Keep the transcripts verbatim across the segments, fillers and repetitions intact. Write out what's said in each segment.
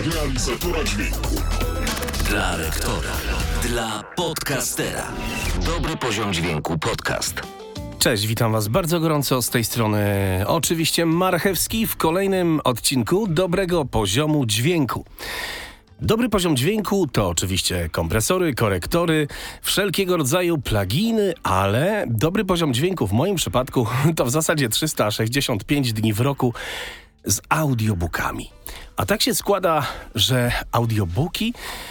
realizatora dźwięku. Dla rektora. Dla podcastera. Dobry poziom dźwięku podcast. Cześć, witam was bardzo gorąco z tej strony. Oczywiście Marchewski w kolejnym odcinku Dobrego Poziomu Dźwięku. Dobry poziom dźwięku to oczywiście kompresory, korektory, wszelkiego rodzaju pluginy, ale dobry poziom dźwięku w moim przypadku to w zasadzie trzysta sześćdziesiąt pięć dni w roku z audiobookami. A tak się składa, że audiobooki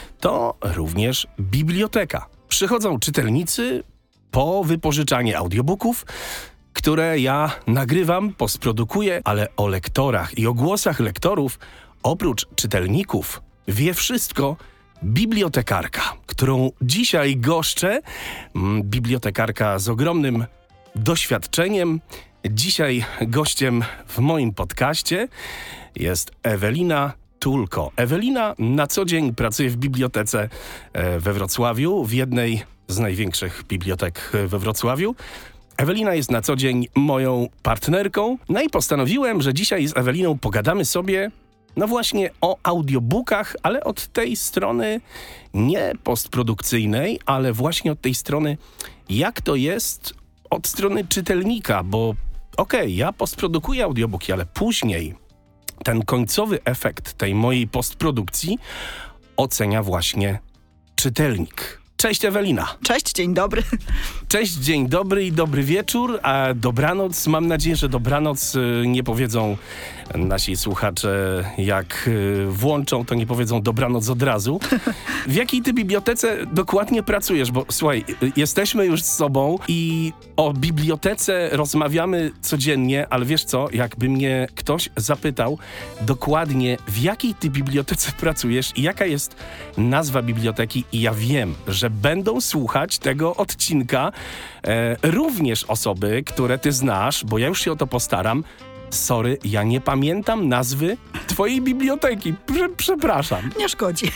to również biblioteka. Przychodzą czytelnicy po wypożyczanie audiobooków, które ja nagrywam, postprodukuję, ale o lektorach i o głosach lektorów oprócz czytelników wie wszystko bibliotekarka, którą dzisiaj goszczę. Bibliotekarka z ogromnym doświadczeniem. Dzisiaj gościem w moim podcaście jest Ewelina Tulko. Ewelina na co dzień pracuje w bibliotece we Wrocławiu, w jednej z największych bibliotek we Wrocławiu. Ewelina jest na co dzień moją partnerką. No i postanowiłem, że dzisiaj z Eweliną pogadamy sobie no właśnie o audiobookach, ale od tej strony nie postprodukcyjnej, ale właśnie od tej strony, jak to jest od strony czytelnika, bo okej, okay, ja postprodukuję audiobooki, ale później ten końcowy efekt tej mojej postprodukcji ocenia właśnie czytelnik. Cześć Ewelina. Cześć, dzień dobry. Cześć, dzień dobry i dobry wieczór, a dobranoc. Mam nadzieję, że dobranoc nie powiedzą nasi słuchacze, jak włączą, to nie powiedzą dobranoc od razu. W jakiej ty bibliotece dokładnie pracujesz? Bo słuchaj, jesteśmy już z sobą i o bibliotece rozmawiamy codziennie, ale wiesz co, jakby mnie ktoś zapytał dokładnie, w jakiej ty bibliotece pracujesz i jaka jest nazwa biblioteki, i ja wiem, że będą słuchać tego odcinka e, również osoby, które ty znasz, bo ja już się o to postaram. Sorry, ja nie pamiętam nazwy twojej biblioteki. Prze- przepraszam. Nie szkodzi.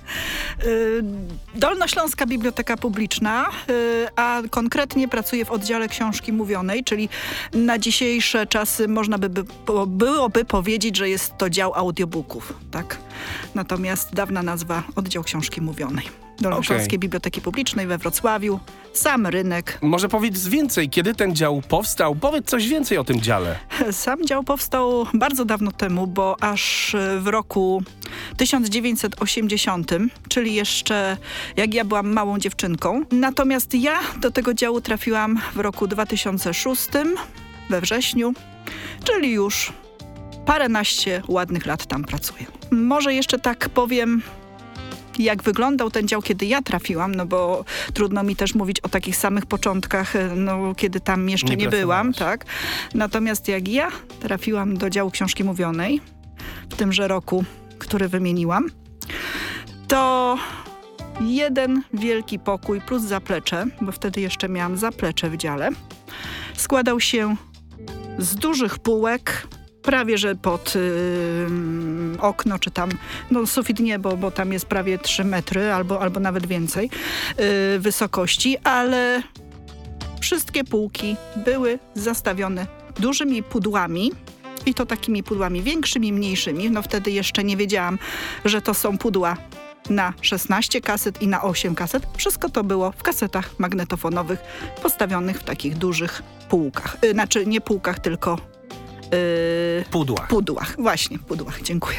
Dolnośląska Biblioteka Publiczna, a konkretnie pracuję w oddziale książki mówionej, czyli na dzisiejsze czasy można by, by byłoby powiedzieć, że jest to dział audiobooków, tak? Natomiast dawna nazwa oddział książki mówionej. Dolnośląskiej okay. Biblioteki Publicznej we Wrocławiu. Sam rynek. Może powiedz więcej, kiedy ten dział powstał? Powiedz coś więcej o tym dziale. Sam dział powstał bardzo dawno temu, bo aż w roku tysiąc dziewięćset osiemdziesiątym, czyli jeszcze jak ja byłam małą dziewczynką. Natomiast ja do tego działu trafiłam w roku dwa tysiące szóstym, we wrześniu, czyli już paręnaście ładnych lat tam pracuję. Może jeszcze tak powiem, jak wyglądał ten dział, kiedy ja trafiłam, no bo trudno mi też mówić o takich samych początkach, no kiedy tam jeszcze nie, nie byłam, tak. Natomiast jak ja trafiłam do działu książki mówionej, w tymże roku, który wymieniłam, to jeden wielki pokój plus zaplecze, bo wtedy jeszcze miałam zaplecze w dziale, składał się z dużych półek, prawie że pod yy, okno, czy tam, no sufit nie, bo, bo tam jest prawie trzy metry, albo, albo nawet więcej yy, wysokości, ale wszystkie półki były zastawione dużymi pudłami, i to takimi pudłami większymi, mniejszymi. No wtedy jeszcze nie wiedziałam, że to są pudła na szesnaście kaset i na osiem kaset. Wszystko to było w kasetach magnetofonowych postawionych w takich dużych półkach. Yy, znaczy nie półkach, tylko Yy, pudłach. Pudłach, właśnie, pudłach, dziękuję.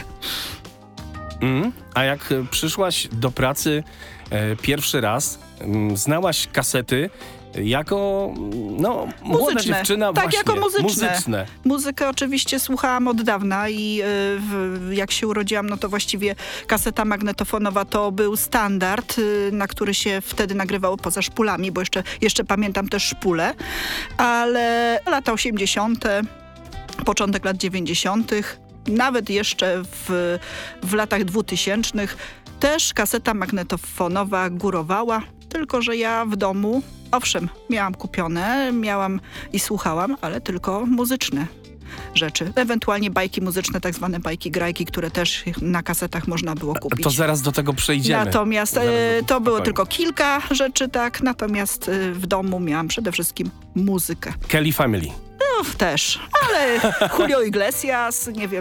Mm, a jak przyszłaś do pracy e, pierwszy raz, m, znałaś kasety jako no, młoda dziewczyna. Tak, właśnie, jako muzyczne. muzyczne. Muzykę oczywiście słuchałam od dawna i y, w, jak się urodziłam, no to właściwie kaseta magnetofonowa to był standard, y, na który się wtedy nagrywało poza szpulami, bo jeszcze, jeszcze pamiętam też szpule, ale lata osiemdziesiąte, początek lat dziewięćdziesiątych, nawet jeszcze w, w latach dwutysięcznych też kaseta magnetofonowa górowała, tylko że ja w domu, owszem, miałam kupione, miałam i słuchałam, ale tylko muzyczne rzeczy. Ewentualnie bajki muzyczne, tak zwane bajki grajki, które też na kasetach można było kupić. To zaraz do tego przejdziemy. Natomiast e, to było tylko kilka rzeczy, tak, natomiast e, w domu miałam przede wszystkim muzykę. Kelly Family. No też, ale Julio Iglesias, nie wiem,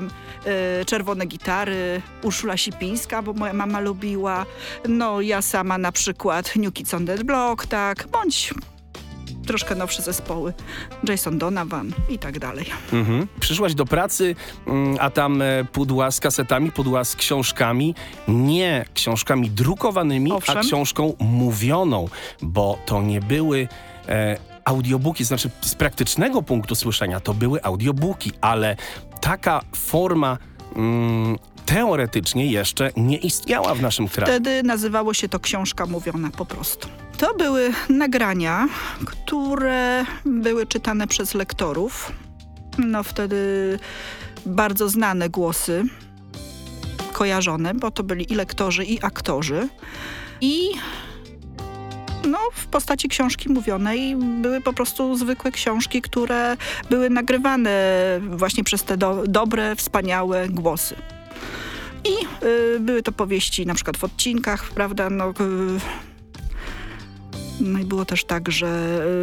y, Czerwone gitary, Urszula Sipińska, bo moja mama lubiła. No ja sama na przykład New Kids on the Block, tak, bądź troszkę nowsze zespoły, Jason Donovan i tak dalej. Mhm. Przyszłaś do pracy, a tam pudła z kasetami, pudła z książkami, nie książkami drukowanymi, Owszem. a książką mówioną, bo to nie były e, audiobooki, znaczy z praktycznego punktu słyszenia to były audiobooki, ale taka forma mm, teoretycznie jeszcze nie istniała w naszym kraju. Wtedy nazywało się to książka mówiona po prostu. To były nagrania, które były czytane przez lektorów. No wtedy bardzo znane głosy, kojarzone, bo to byli i lektorzy, i aktorzy. I no, w postaci książki mówionej były po prostu zwykłe książki, które były nagrywane właśnie przez te do, dobre, wspaniałe głosy. I y, były to powieści na przykład w odcinkach, prawda, no, y, no i było też tak, że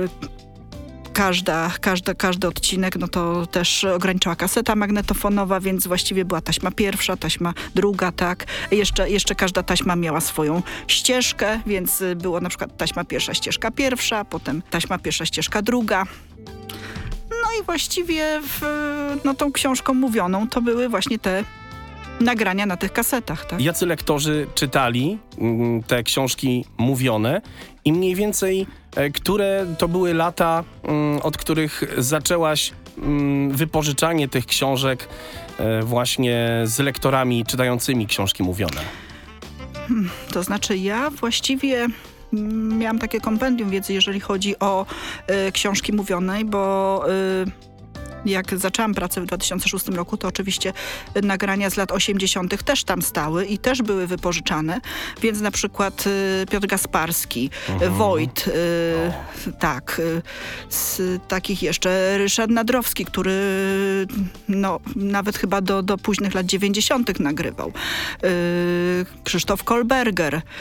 y, każda, każda, każdy odcinek, no to też ograniczała kaseta magnetofonowa, więc właściwie była taśma pierwsza, taśma druga, tak. Jeszcze, jeszcze każda taśma miała swoją ścieżkę, więc było na przykład taśma pierwsza, ścieżka pierwsza, potem taśma pierwsza, ścieżka druga. No i właściwie w, no, tą książką mówioną to były właśnie te nagrania na tych kasetach, tak? Jacy lektorzy czytali mm, te książki mówione i mniej więcej, e, które to były lata, mm, od których zaczęłaś mm, wypożyczanie tych książek e, właśnie z lektorami czytającymi książki mówione? Hmm, to znaczy ja właściwie mm, miałam takie kompendium wiedzy, jeżeli chodzi o y, książki mówione, bo y, jak zaczęłam pracę w dwa tysiące szóstym roku, to oczywiście nagrania z lat osiemdziesiątych też tam stały i też były wypożyczane, więc na przykład y, Piotr Gasparski, mhm. Wojt, y, tak, y, z takich jeszcze Ryszard Nadrowski, który no, nawet chyba do, do późnych lat dziewięćdziesiątych nagrywał. Y, Krzysztof Kolberger, y,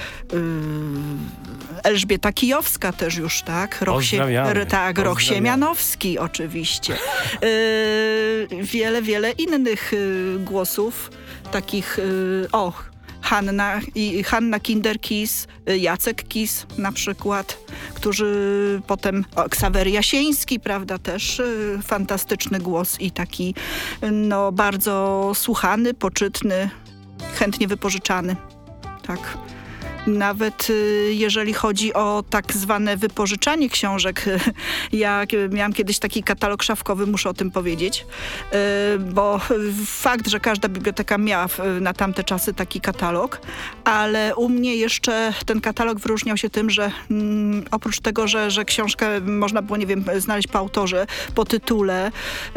Elżbieta Kijowska też już, tak? Roch Pozdrawiamy. Tak, Roch Siemianowski oczywiście. Yy, wiele, wiele innych yy, głosów, takich, yy, o, Hanna, i Hanna Kinder-Kis, yy, Jacek Kis na przykład, którzy potem, o, Ksawery Jasieński, prawda, też yy, fantastyczny głos i taki, yy, no, bardzo słuchany, poczytny, chętnie wypożyczany, tak. Nawet y, jeżeli chodzi o tak zwane wypożyczanie książek, ja miałam kiedyś taki katalog szafkowy, muszę o tym powiedzieć, y, bo fakt, że każda biblioteka miała w, na tamte czasy taki katalog, ale u mnie jeszcze ten katalog wyróżniał się tym, że mm, oprócz tego, że, że książkę można było, nie wiem, znaleźć po autorze, po tytule,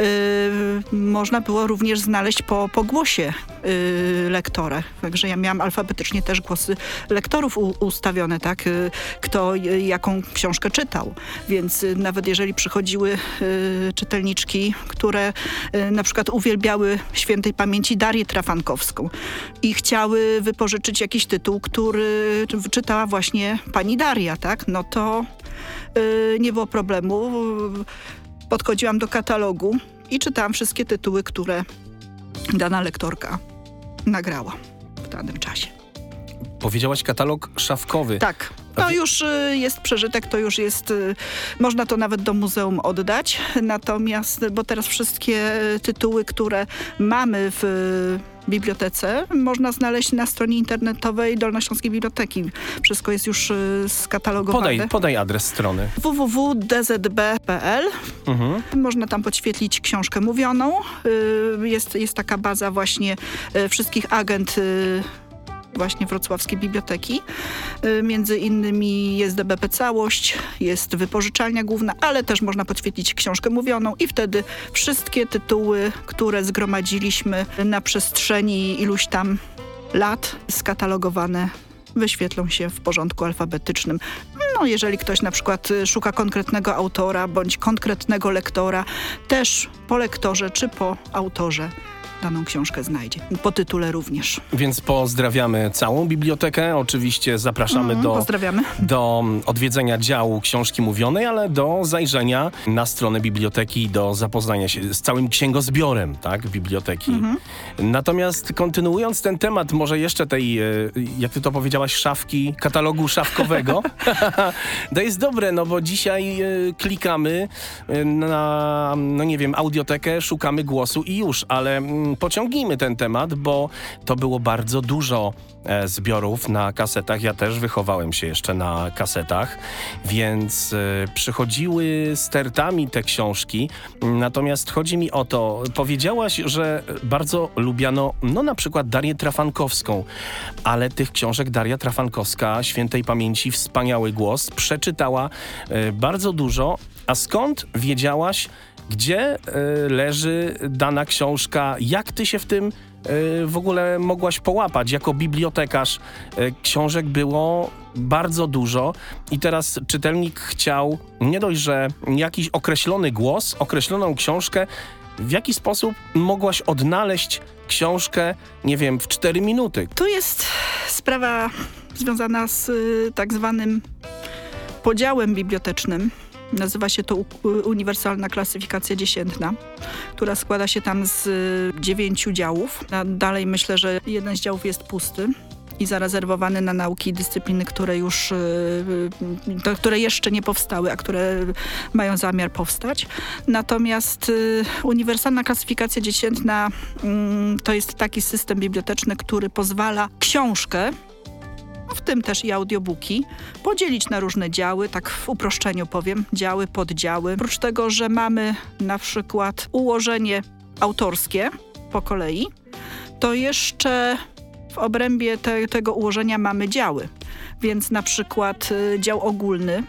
y, można było również znaleźć po, po głosie y, lektora. Także ja miałam alfabetycznie też głosy lektorów ustawione, tak, kto jaką książkę czytał. Więc nawet jeżeli przychodziły y, czytelniczki, które y, na przykład uwielbiały świętej pamięci Darię Trafankowską i chciały wypożyczyć jakiś tytuł, który czytała właśnie pani Daria, tak, no to y, nie było problemu. Podchodziłam do katalogu i czytałam wszystkie tytuły, które dana lektorka nagrała w danym czasie. Powiedziałaś katalog szafkowy. Tak. To już y, jest przeżytek, to już jest, y, można to nawet do muzeum oddać. Natomiast, bo teraz wszystkie tytuły, które mamy w y, bibliotece, można znaleźć na stronie internetowej Dolnośląskiej Biblioteki. Wszystko jest już y, skatalogowane. Podaj, podaj adres strony. w w w kropka d z b kropka p l. Mhm. Można tam podświetlić książkę mówioną. Y, jest, jest taka baza właśnie y, wszystkich agent y, właśnie Wrocławskiej Biblioteki. Między innymi jest D B P Całość, jest wypożyczalnia główna, ale też można podświetlić książkę mówioną i wtedy wszystkie tytuły, które zgromadziliśmy na przestrzeni iluś tam lat, skatalogowane, wyświetlą się w porządku alfabetycznym. No, jeżeli ktoś na przykład szuka konkretnego autora bądź konkretnego lektora, też po lektorze czy po autorze daną książkę znajdzie. Po tytule również. Więc pozdrawiamy całą bibliotekę. Oczywiście zapraszamy Mm, do, pozdrawiamy. do odwiedzenia działu książki mówionej, ale do zajrzenia na stronę biblioteki, do zapoznania się z całym księgozbiorem, tak, biblioteki. Mhm. Natomiast kontynuując ten temat, może jeszcze tej, e, jak ty to powiedziałaś, szafki, katalogu szafkowego, to jest dobre, no bo dzisiaj e, klikamy na, no nie wiem, audiotekę, szukamy głosu i już, ale mm, pociągnijmy ten temat, bo to było bardzo dużo e, zbiorów na kasetach. Ja też wychowałem się jeszcze na kasetach, więc e, przychodziły stertami te książki. Natomiast chodzi mi o to, powiedziałaś, że bardzo lubiano, no na przykład Darię Trafankowską, ale tych książek Daria Trafankowska, świętej pamięci, wspaniały głos, przeczytała e, bardzo dużo. A skąd wiedziałaś, gdzie y, leży dana książka? Jak ty się w tym y, w ogóle mogłaś połapać? Jako bibliotekarz y, książek było bardzo dużo i teraz czytelnik chciał nie dość, że jakiś określony głos, określoną książkę. W jaki sposób mogłaś odnaleźć książkę, nie wiem, w cztery minuty? Tu jest sprawa związana z y, tak zwanym podziałem bibliotecznym. Nazywa się to Uniwersalna Klasyfikacja Dziesiętna, która składa się tam z dziewięciu działów. A dalej myślę, że jeden z działów jest pusty i zarezerwowany na nauki i dyscypliny, które już, to, które jeszcze nie powstały, a które mają zamiar powstać. Natomiast Uniwersalna Klasyfikacja Dziesiętna to jest taki system biblioteczny, który pozwala książkę, w tym też i audiobooki, podzielić na różne działy, tak w uproszczeniu powiem, działy, poddziały. Oprócz tego, że mamy na przykład ułożenie autorskie po kolei, to jeszcze w obrębie te, tego ułożenia mamy działy. Więc na przykład y, dział ogólny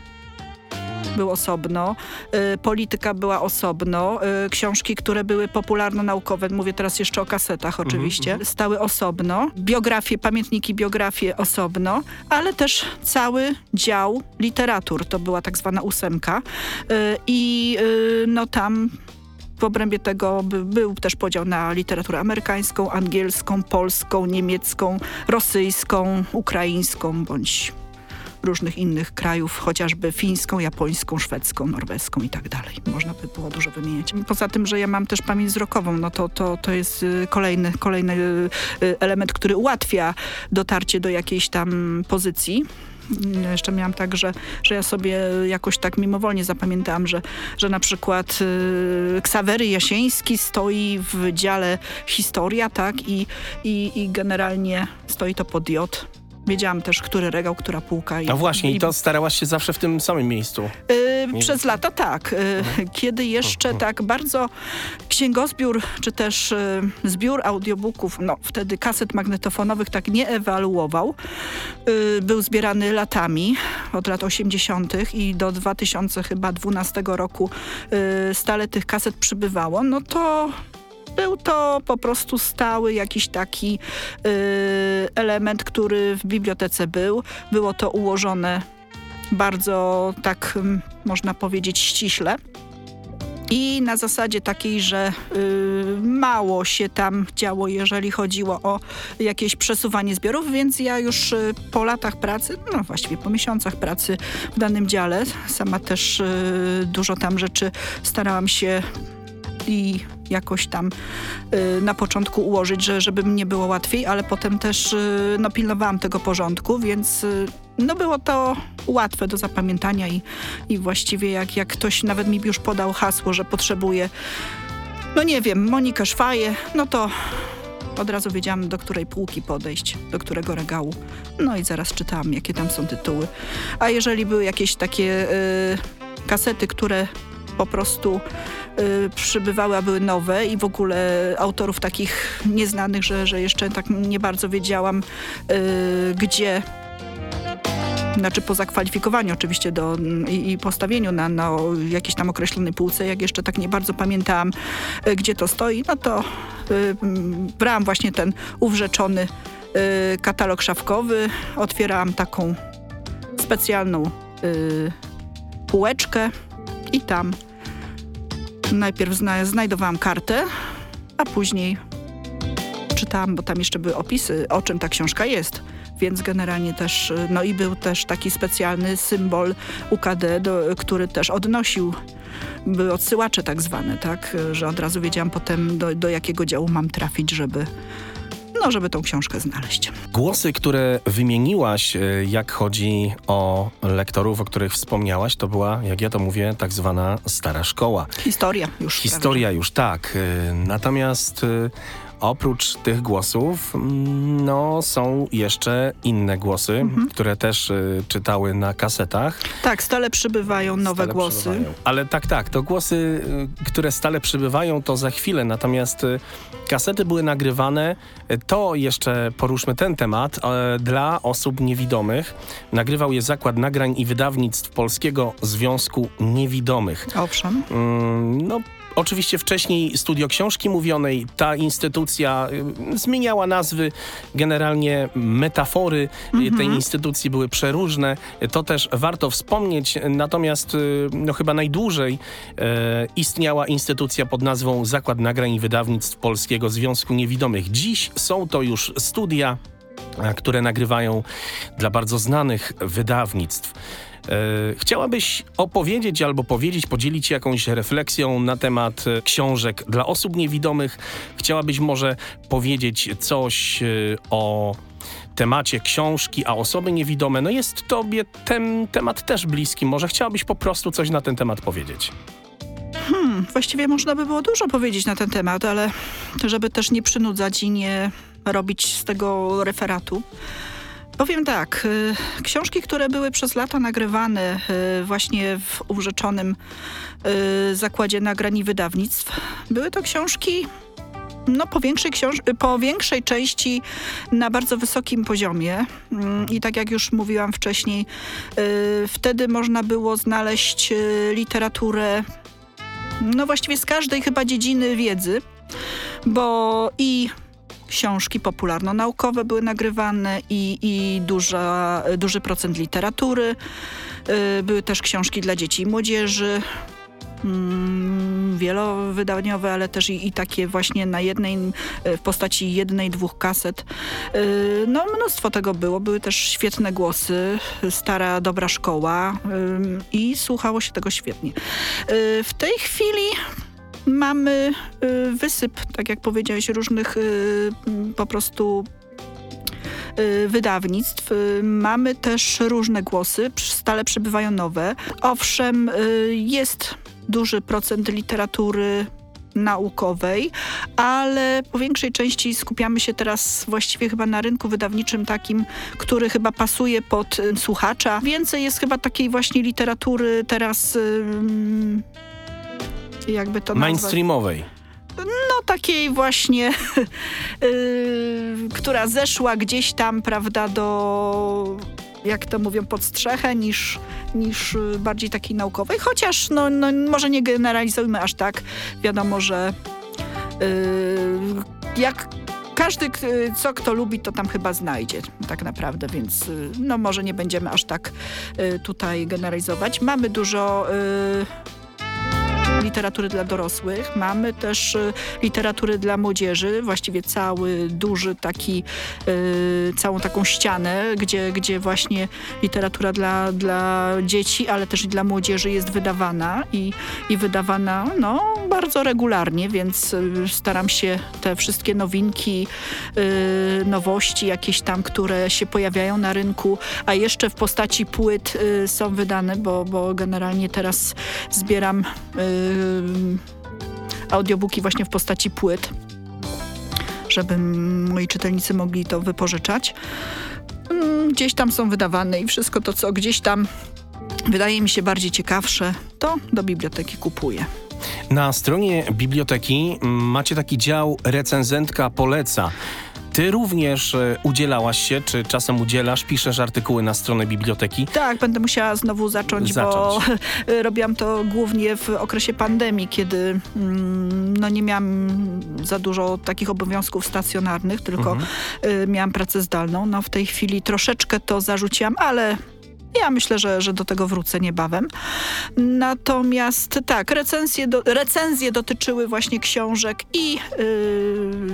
był osobno, y, polityka była osobno, y, książki, które były popularno-naukowe, mówię teraz jeszcze o kasetach oczywiście, mm-hmm. stały osobno, biografie, pamiętniki, biografie osobno, ale też cały dział literatur, to była tak zwana ósemka y, i y, no tam w obrębie tego by, był też podział na literaturę amerykańską, angielską, polską, niemiecką, rosyjską, ukraińską bądź różnych innych krajów, chociażby fińską, japońską, szwedzką, norweską i tak dalej. Można by było dużo wymieniać. Poza tym, że ja mam też pamięć wzrokową, no to, to, to jest kolejny, kolejny element, który ułatwia dotarcie do jakiejś tam pozycji. Jeszcze miałam tak, że, że ja sobie jakoś tak mimowolnie zapamiętałam, że, że na przykład y, Ksawery Jasieński stoi w dziale historia, tak, i, i, i generalnie stoi to pod J. Wiedziałam też, który regał, która półka. I, A właśnie, i, i to starałaś się zawsze w tym samym miejscu? Yy, przez lata tak. Yy, kiedy jeszcze uh-huh. tak bardzo księgozbiór, czy też yy, zbiór audiobooków, no wtedy kaset magnetofonowych tak nie ewaluował. Yy, był zbierany latami, od lat osiemdziesiątych i do dwa tysiące dwunastego roku yy, stale tych kaset przybywało, no to był to po prostu stały jakiś taki y, element, który w bibliotece był. Było to ułożone bardzo, tak m, można powiedzieć, ściśle. I na zasadzie takiej, że y, mało się tam działo, jeżeli chodziło o jakieś przesuwanie zbiorów, więc ja już y, po latach pracy, no właściwie po miesiącach pracy w danym dziale, sama też y, dużo tam rzeczy starałam się i jakoś tam y, na początku ułożyć, że, żeby mnie było łatwiej, ale potem też y, no, pilnowałam tego porządku, więc y, no, było to łatwe do zapamiętania i, i właściwie jak, jak ktoś nawet mi już podał hasło, że potrzebuje, no nie wiem, Monikę Szwaję, no to od razu wiedziałam, do której półki podejść, do którego regału. No i zaraz czytałam, jakie tam są tytuły. A jeżeli były jakieś takie y, kasety, które po prostu y, przybywały, a były nowe i w ogóle autorów takich nieznanych, że, że jeszcze tak nie bardzo wiedziałam, y, gdzie, znaczy po zakwalifikowaniu oczywiście do, i, i postawieniu na, na jakiejś tam określonej półce, jak jeszcze tak nie bardzo pamiętałam, y, gdzie to stoi, no to y, brałam właśnie ten uwrzeczony y, katalog szafkowy, otwierałam taką specjalną y, półeczkę i tam najpierw zna- znajdowałam kartę, a później tam, bo tam jeszcze były opisy, o czym ta książka jest. Więc generalnie też, no i był też taki specjalny symbol U K D, do, który też odnosił, były odsyłacze tak zwane, tak, że od razu wiedziałam potem, do, do jakiego działu mam trafić, żeby, no, żeby tą książkę znaleźć. Głosy, które wymieniłaś, jak chodzi o lektorów, o których wspomniałaś, to była, jak ja to mówię, tak zwana stara szkoła. Historia już. Historia prawie. już, tak. Natomiast oprócz tych głosów, no, są jeszcze inne głosy, mhm. które też y, czytały na kasetach. Tak, stale przybywają nowe stale głosy. Przybywają. Ale tak, tak, to głosy, y, które stale przybywają, to za chwilę. Natomiast y, kasety były nagrywane, y, to jeszcze poruszmy ten temat, y, dla osób niewidomych. Nagrywał je Zakład Nagrań i Wydawnictw Polskiego Związku Niewidomych. Owszem. Y, no, Oczywiście wcześniej Studio Książki Mówionej, ta instytucja y, zmieniała nazwy, generalnie metafory mm-hmm. tej instytucji były przeróżne. To też warto wspomnieć, natomiast y, no, chyba najdłużej y, istniała instytucja pod nazwą Zakład Nagrań i Wydawnictw Polskiego Związku Niewidomych. Dziś są to już studia, y, które nagrywają dla bardzo znanych wydawnictw. Chciałabyś opowiedzieć albo powiedzieć, podzielić się jakąś refleksją na temat książek dla osób niewidomych? Chciałabyś może powiedzieć coś o temacie książki, a osoby niewidome? No jest tobie ten temat też bliski. Może chciałabyś po prostu coś na ten temat powiedzieć? Hmm, właściwie można by było dużo powiedzieć na ten temat, ale żeby też nie przynudzać i nie robić z tego referatu. Powiem tak, y, książki, które były przez lata nagrywane y, właśnie w urzeczonym y, Zakładzie Nagrań i Wydawnictw, były to książki no, po, większej książ- po większej części na bardzo wysokim poziomie. Y, I tak jak już mówiłam wcześniej, y, wtedy można było znaleźć y, literaturę no właściwie z każdej chyba dziedziny wiedzy, bo i książki popularno-naukowe były nagrywane i, i duża, duży procent literatury. Yy, były też książki dla dzieci i młodzieży, yy, wielowydaniowe, ale też i, i takie właśnie na jednej, w postaci jednej, dwóch kaset. Yy, no mnóstwo tego było. Były też świetne głosy, stara, dobra szkoła yy, i słuchało się tego świetnie. Yy, w tej chwili mamy y, wysyp, tak jak powiedziałeś, różnych y, po prostu y, wydawnictw. Y, mamy też różne głosy, stale przybywają nowe. Owszem, y, jest duży procent literatury naukowej, ale po większej części skupiamy się teraz właściwie chyba na rynku wydawniczym takim, który chyba pasuje pod y, słuchacza. Więcej jest chyba takiej właśnie literatury teraz y, jakby to mainstreamowej. Nazwać. No takiej właśnie, yy, która zeszła gdzieś tam, prawda, do, jak to mówią, pod strzechę niż, niż bardziej takiej naukowej. Chociaż no, no może nie generalizujmy aż tak. Wiadomo, że yy, jak każdy, co kto lubi, to tam chyba znajdzie tak naprawdę, więc no może nie będziemy aż tak yy, tutaj generalizować. Mamy dużo yy, literatury dla dorosłych, mamy też y, literatury dla młodzieży, właściwie cały duży taki, y, całą taką ścianę, gdzie, gdzie właśnie literatura dla, dla dzieci, ale też i dla młodzieży jest wydawana i, i wydawana no, bardzo regularnie, więc y, staram się te wszystkie nowinki, y, nowości jakieś tam, które się pojawiają na rynku, a jeszcze w postaci płyt y, są wydane, bo, bo generalnie teraz zbieram y, audiobooki właśnie w postaci płyt, żeby moi czytelnicy mogli to wypożyczać. Gdzieś tam są wydawane i wszystko to, co gdzieś tam wydaje mi się bardziej ciekawsze, to do biblioteki kupuję. Na stronie biblioteki macie taki dział recenzentka poleca. Ty również e, udzielałaś się, czy czasem udzielasz, piszesz artykuły na stronę biblioteki? Tak, będę musiała znowu zacząć, zacząć. bo robiłam to głównie w okresie pandemii, kiedy mm, no nie miałam za dużo takich obowiązków stacjonarnych, tylko mhm. y, miałam pracę zdalną. No w tej chwili troszeczkę to zarzuciłam, ale ja myślę, że, że do tego wrócę niebawem. Natomiast tak, recenzje, do, recenzje dotyczyły właśnie książek i yy,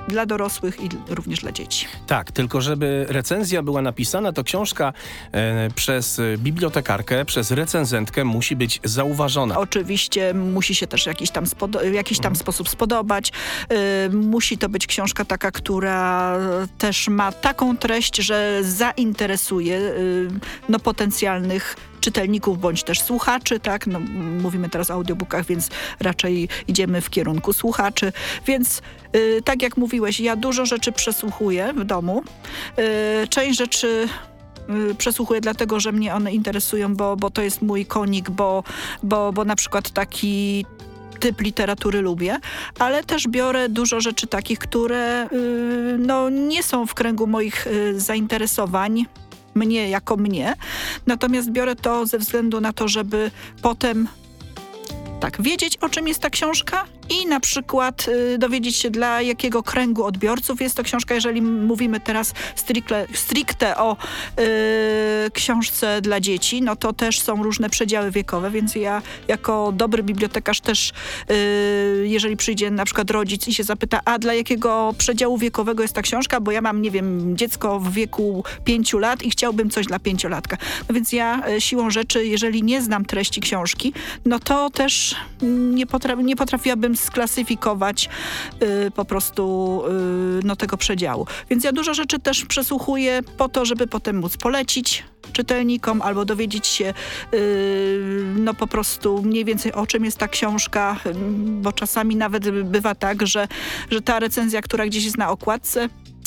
dla dorosłych i również dla dzieci. Tak, tylko żeby recenzja była napisana, to książka e, przez bibliotekarkę, przez recenzentkę musi być zauważona. Oczywiście musi się też jakiś tam, spodo- jakiś tam sposób spodobać. Y, musi to być książka taka, która też ma taką treść, że zainteresuje y, no, potencjalnych czytelników bądź też słuchaczy, tak? No, mówimy teraz o audiobookach, więc raczej idziemy w kierunku słuchaczy. Więc y, tak jak mówiłeś, ja dużo rzeczy przesłuchuję w domu. Y, część rzeczy y, przesłuchuję dlatego, że mnie one interesują, bo, bo to jest mój konik, bo, bo, bo na przykład taki typ literatury lubię, ale też biorę dużo rzeczy takich, które y, no, nie są w kręgu moich y, zainteresowań, mnie jako mnie. Natomiast biorę to ze względu na to, żeby potem tak wiedzieć, o czym jest ta książka i na przykład y, dowiedzieć się, dla jakiego kręgu odbiorców jest to książka. Jeżeli mówimy teraz stricte, stricte o y, książce dla dzieci, no to też są różne przedziały wiekowe, więc ja jako dobry bibliotekarz też, y, jeżeli przyjdzie na przykład rodzic i się zapyta, a dla jakiego przedziału wiekowego jest ta książka, bo ja mam, nie wiem, dziecko w wieku pięciu lat i chciałbym coś dla pięciolatka. No więc ja y, siłą rzeczy, jeżeli nie znam treści książki, no to też nie, potra- nie potrafiłabym sklasyfikować y, po prostu y, no, tego przedziału. Więc ja dużo rzeczy też przesłuchuję po to, żeby potem móc polecić czytelnikom albo dowiedzieć się y, no po prostu mniej więcej o czym jest ta książka, y, bo czasami nawet bywa tak, że, że ta recenzja, która gdzieś jest na okładce,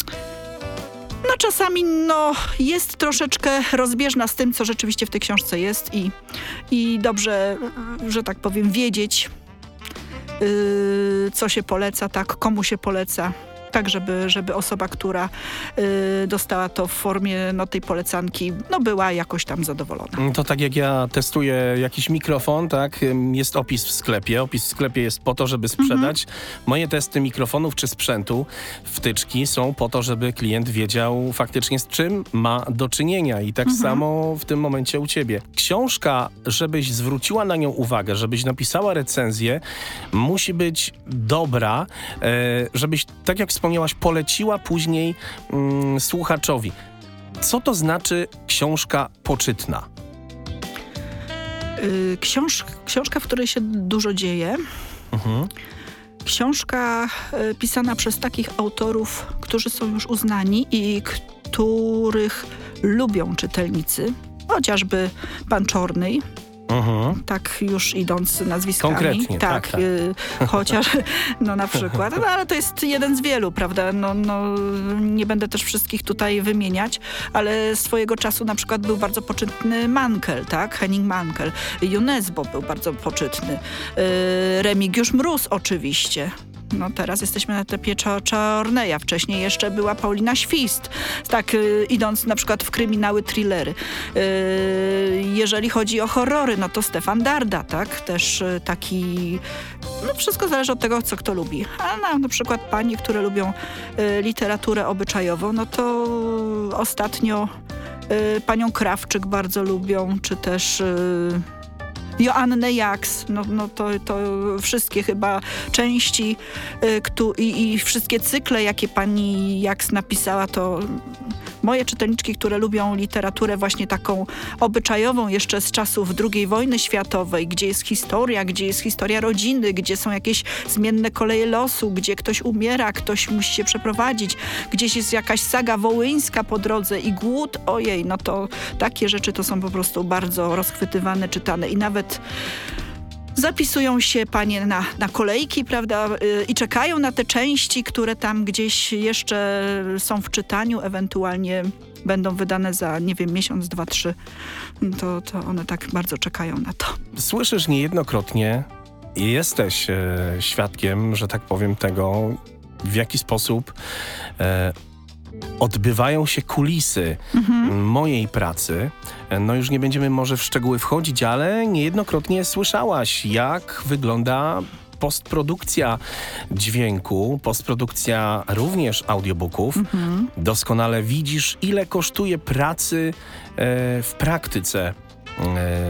no czasami no, jest troszeczkę rozbieżna z tym, co rzeczywiście w tej książce jest i, i dobrze, że tak powiem, wiedzieć, yy, co się poleca, tak, komu się poleca. Tak, żeby, żeby osoba, która y, dostała to w formie no, tej polecanki, no była jakoś tam zadowolona. To tak jak ja testuję jakiś mikrofon, tak, jest opis w sklepie. Opis w sklepie jest po to, żeby sprzedać. Mhm. Moje testy mikrofonów czy sprzętu, wtyczki są po to, żeby klient wiedział faktycznie, z czym ma do czynienia. I tak mhm. samo w tym momencie u ciebie. Książka, żebyś zwróciła na nią uwagę, żebyś napisała recenzję, musi być dobra, e, żebyś, tak jak wspomniałaś, poleciła później mm, słuchaczowi. Co to znaczy książka poczytna? Yy, książ, książka, w której się dużo dzieje. Mhm. Książka y, pisana przez takich autorów, którzy są już uznani i których lubią czytelnicy. Chociażby pan Czornyj. Uh-huh. Tak już idąc nazwiskami. Konkretnie, tak. tak, tak. Y, chociaż, no na przykład, no, ale to jest jeden z wielu, prawda? No, no, nie będę też wszystkich tutaj wymieniać, ale swojego czasu na przykład był bardzo poczytny Mankell, tak? Henning Mankell. Jonesbo był bardzo poczytny. Y, Remigiusz Mróz oczywiście. No teraz jesteśmy na etapie Czorneja. Wcześniej jeszcze była Paulina Świst. Tak, y, idąc na przykład w kryminały, thrillery. Y, jeżeli chodzi o horrory, no to Stefan Darda, tak? Też y, taki... No wszystko zależy od tego, co kto lubi. A na, na przykład panie, które lubią y, literaturę obyczajową, no to ostatnio y, panią Krawczyk bardzo lubią, czy też... Y, Joannę Jaks, no, no to, to wszystkie chyba części y, ktu, i, i wszystkie cykle, jakie pani Jaks napisała, to moje czytelniczki, które lubią literaturę właśnie taką obyczajową jeszcze z czasów drugiej wojny światowej, gdzie jest historia, gdzie jest historia rodziny, gdzie są jakieś zmienne koleje losu, gdzie ktoś umiera, ktoś musi się przeprowadzić, gdzieś jest jakaś saga wołyńska po drodze i głód, ojej, no to takie rzeczy to są po prostu bardzo rozchwytywane, czytane i nawet zapisują się panie na, na kolejki, prawda, yy, i czekają na te części, które tam gdzieś jeszcze są w czytaniu, ewentualnie będą wydane za, nie wiem, miesiąc, dwa, trzy. To, to one tak bardzo czekają na to. Słyszysz niejednokrotnie, jesteś e, świadkiem, że tak powiem, tego, w jaki sposób e, odbywają się kulisy mhm. mojej pracy. No już nie będziemy może w szczegóły wchodzić, ale niejednokrotnie słyszałaś, jak wygląda postprodukcja dźwięku, postprodukcja również audiobooków. Mhm. Doskonale widzisz, ile kosztuje pracy e, w praktyce e,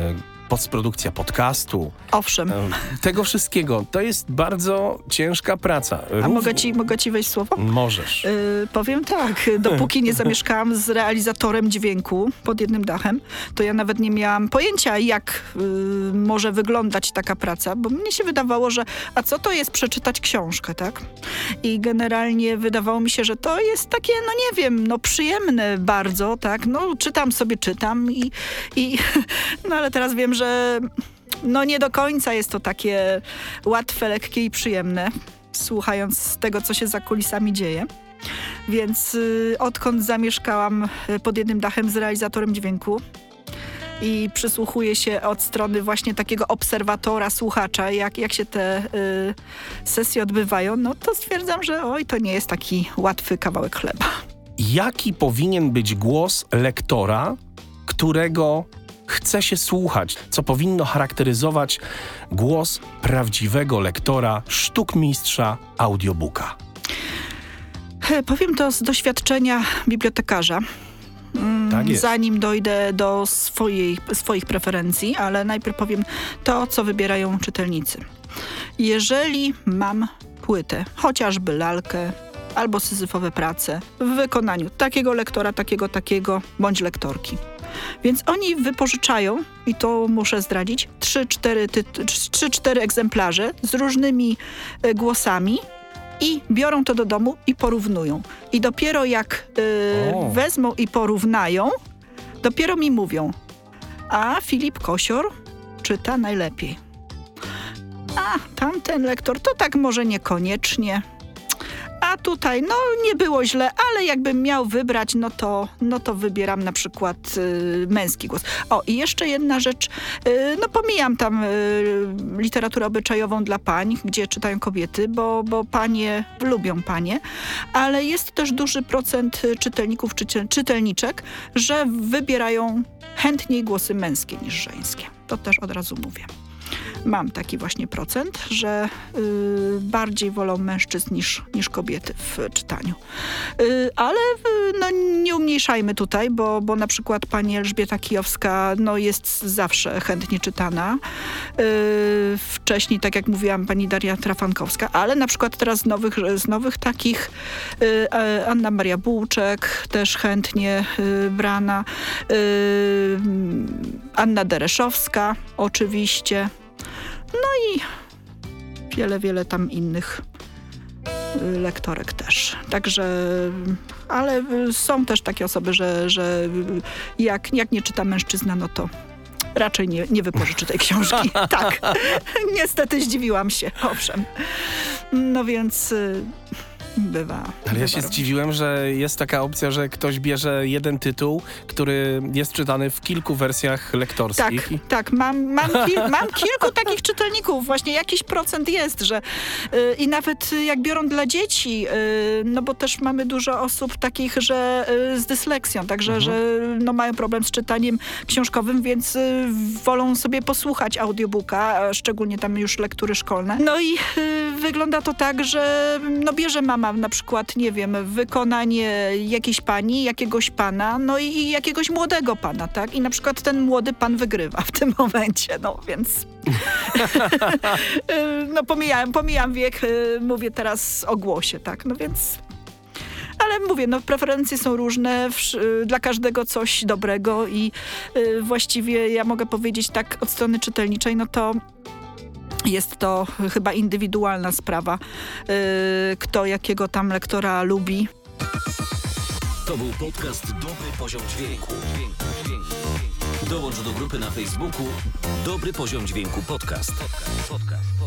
postprodukcja podcastu. Owszem. Tego wszystkiego. To jest bardzo ciężka praca. A Rów... mogę, ci, mogę ci wejść słowo? Możesz. Yy, powiem tak, dopóki nie zamieszkałam z realizatorem dźwięku pod jednym dachem, to ja nawet nie miałam pojęcia, jak yy, może wyglądać taka praca, bo mnie się wydawało, że a co to jest przeczytać książkę, tak? I generalnie wydawało mi się, że to jest takie, no nie wiem, no przyjemne bardzo, tak? No czytam sobie, czytam i, i no ale teraz wiem, że no nie do końca jest to takie łatwe, lekkie i przyjemne, słuchając tego, co się za kulisami dzieje. Więc y, odkąd zamieszkałam pod jednym dachem z realizatorem dźwięku i przysłuchuję się od strony właśnie takiego obserwatora, słuchacza, jak, jak się te y, sesje odbywają, no to stwierdzam, że oj, to nie jest taki łatwy kawałek chleba. Jaki powinien być głos lektora, którego chce się słuchać, co powinno charakteryzować głos prawdziwego lektora, sztukmistrza audiobooka? Powiem to z doświadczenia bibliotekarza. Tak jest. Zanim dojdę do swojej, swoich preferencji, ale najpierw powiem to, co wybierają czytelnicy. Jeżeli mam płytę, chociażby lalkę, albo syzyfowe prace w wykonaniu takiego lektora, takiego, takiego, bądź lektorki. Więc oni wypożyczają, i to muszę zdradzić, trzy cztery egzemplarze z różnymi e, głosami i biorą to do domu i porównują. I dopiero jak e, wezmą i porównają, dopiero mi mówią, a Filip Kosior czyta najlepiej. A tamten lektor to tak może niekoniecznie. A tutaj, no nie było źle, ale jakbym miał wybrać, no to, no to wybieram na przykład y, męski głos. O, i jeszcze jedna rzecz, y, no pomijam tam y, literaturę obyczajową dla pań, gdzie czytają kobiety, bo, bo panie lubią panie, ale jest też duży procent czytelników, czytel, czytelniczek, że wybierają chętniej głosy męskie niż żeńskie. To też od razu mówię. Mam taki właśnie procent, że y, bardziej wolą mężczyzn niż, niż kobiety w czytaniu. Y, ale y, no, nie umniejszajmy tutaj, bo, bo na przykład pani Elżbieta Kijowska no, jest zawsze chętnie czytana. Y, wcześniej, tak jak mówiłam, pani Daria Trafankowska, ale na przykład teraz z nowych, z nowych takich y, Anna Maria Bułczek też chętnie y, brana. Y, Anna Dereszowska oczywiście. No i wiele, wiele tam innych lektorek też. Także, ale są też takie osoby, że, że jak, jak nie czyta mężczyzna, no to raczej nie, nie wypożyczy tej książki. Tak, niestety zdziwiłam się, owszem. No więc bywa. Ale ja się zdziwiłem, że jest taka opcja, że ktoś bierze jeden tytuł, który jest czytany w kilku wersjach lektorskich. Tak, tak. Mam, mam, kil, mam kilku takich czytelników. Właśnie jakiś procent jest, że yy, i nawet jak biorą dla dzieci, yy, no bo też mamy dużo osób takich, że yy, z dysleksją, także, mhm. że no, mają problem z czytaniem książkowym, więc yy, wolą sobie posłuchać audiobooka, szczególnie tam już lektury szkolne. No i yy, wygląda to tak, że no, bierze mama na przykład, nie wiem, wykonanie jakiejś pani, jakiegoś pana, no i, i jakiegoś młodego pana, tak? I na przykład ten młody pan wygrywa w tym momencie, no więc no pomijam, pomijam wiek, mówię teraz o głosie, tak? No więc ale mówię, no preferencje są różne, w, dla każdego coś dobrego i y, właściwie ja mogę powiedzieć tak od strony czytelniczej, no to jest to chyba indywidualna sprawa, yy, kto jakiego tam lektora lubi. To był podcast Dobry Poziom Dźwięku. Dołącz do grupy na Facebooku Dobry Poziom Dźwięku Podcast. Podcast, podcast.